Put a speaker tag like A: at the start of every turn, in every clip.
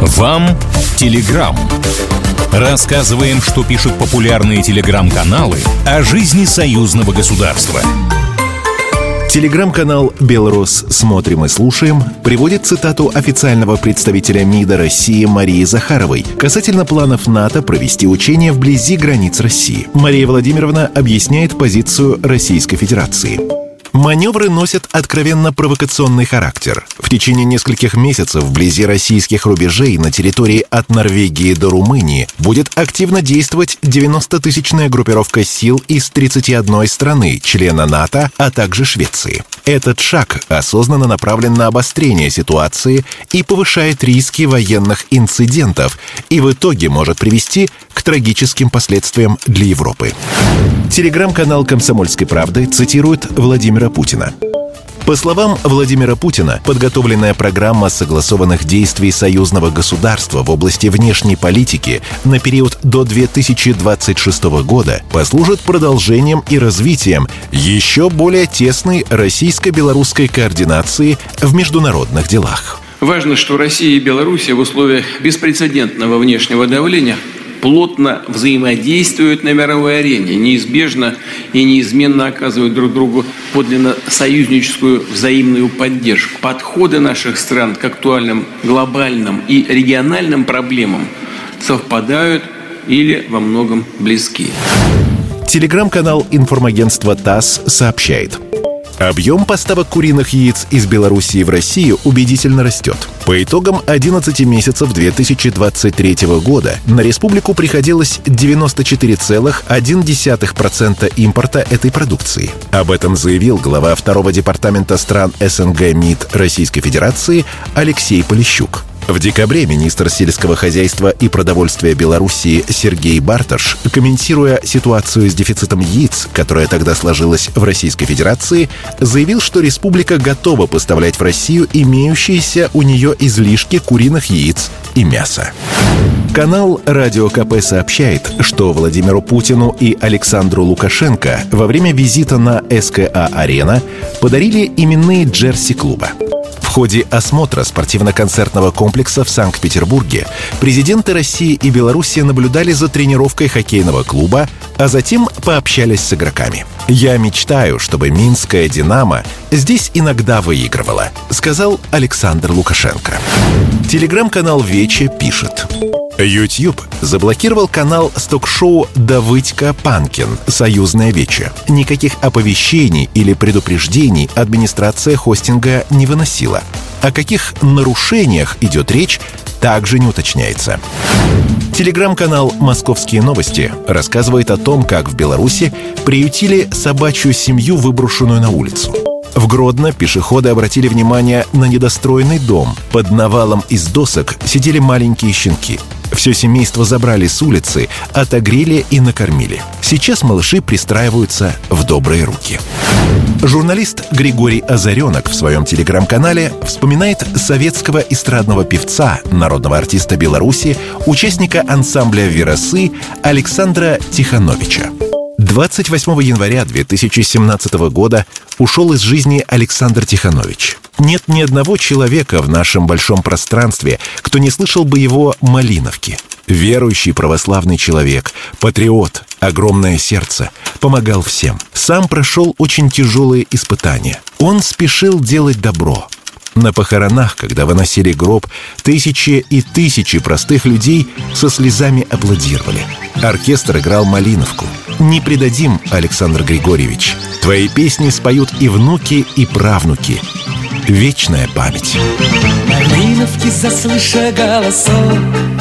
A: Вам Телеграм. Рассказываем, что пишут популярные телеграм-каналы о жизни союзного государства.
B: Телеграм-канал «Белрос. Смотрим и слушаем» приводит цитату официального представителя МИДа России Марии Захаровой касательно планов НАТО провести учения вблизи границ России. Мария Владимировна объясняет позицию Российской Федерации. Маневры носят откровенно провокационный характер. В течение нескольких месяцев вблизи российских рубежей на территории от Норвегии до Румынии будет активно действовать 90-тысячная группировка сил из 31 страны, члена НАТО, а также Швеции. Этот шаг осознанно направлен на обострение ситуации и повышает риски военных инцидентов и в итоге может привести к трагическим последствиям для Европы. Телеграм-канал «Комсомольской правды» цитирует Владимира Путина. По словам Владимира Путина, подготовленная программа согласованных действий союзного государства в области внешней политики на период до 2026 года послужит продолжением и развитием еще более тесной российско-белорусской координации в международных делах.
C: Важно, что Россия и Беларусь в условиях беспрецедентного внешнего давления плотно взаимодействуют на мировой арене, неизбежно и неизменно оказывают друг другу подлинно союзническую взаимную поддержку. Подходы наших стран к актуальным глобальным и региональным проблемам совпадают или во многом близки.
B: Телеграм-канал информагентства ТАСС сообщает. Объем поставок куриных яиц из Белоруссии в Россию убедительно растет. По итогам 11 месяцев 2023 года на республику приходилось 94,1% импорта этой продукции. Об этом заявил глава второго департамента стран СНГ МИД Российской Федерации Алексей Полищук. В декабре министр сельского хозяйства и продовольствия Белоруссии Сергей Барташ, комментируя ситуацию с дефицитом яиц, которая тогда сложилась в Российской Федерации, заявил, что республика готова поставлять в Россию имеющиеся у нее излишки куриных яиц и мяса. Канал «Радио КП» сообщает, что Владимиру Путину и Александру Лукашенко во время визита на СКА-арена подарили именные джерси клуба. В ходе осмотра спортивно-концертного комплекса в Санкт-Петербурге президенты России и Беларуси наблюдали за тренировкой хоккейного клуба, а затем пообщались с игроками. «Я мечтаю, чтобы минская «Динамо» здесь иногда выигрывала», сказал Александр Лукашенко. Телеграм-канал «Вече» пишет. YouTube заблокировал канал с ток-шоу «Давыдька Панкин. Союзное Вече». Никаких оповещений или предупреждений администрация хостинга не выносила. О каких нарушениях идет речь, также не уточняется. Телеграм-канал «Московские новости» рассказывает о том, как в Беларуси приютили собачью семью, выброшенную на улицу. В Гродно пешеходы обратили внимание на недостроенный дом. Под навалом из досок сидели маленькие щенки. Все семейство забрали с улицы, отогрели и накормили. Сейчас малыши пристраиваются в добрые руки. Журналист Григорий Озаренок в своем телеграм-канале вспоминает советского эстрадного певца, народного артиста Беларуси, участника ансамбля «Веросы» Александра Тихановича. 28 января 2017 года ушел из жизни Александр Тиханович. Нет ни одного человека в нашем большом пространстве, кто не слышал бы его «Малиновки». Верующий православный человек, патриот, огромное сердце, помогал всем. Сам прошел очень тяжелые испытания. Он спешил делать добро. На похоронах, когда выносили гроб, тысячи и тысячи простых людей со слезами аплодировали. Оркестр играл «Малиновку». Не предадим, Александр Григорьевич. Твои песни споют и внуки, и правнуки. Вечная память.
D: Малиновки, заслыша голосок,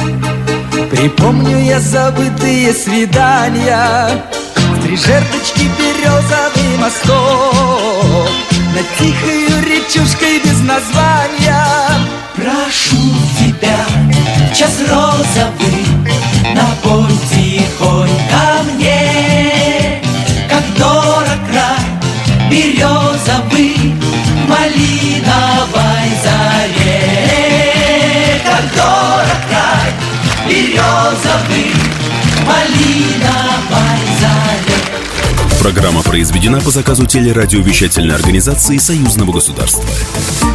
D: припомню я забытые свидания. В три жердочки березовый мосток, над тихою речушкой без названия. Прошу тебя, час розовый, напой тихонько мне, как дорог край березовый в малиновой заре. Как дорог край березовый в малиновой заре.
E: Программа произведена по заказу телерадиовещательной организации Союзного государства.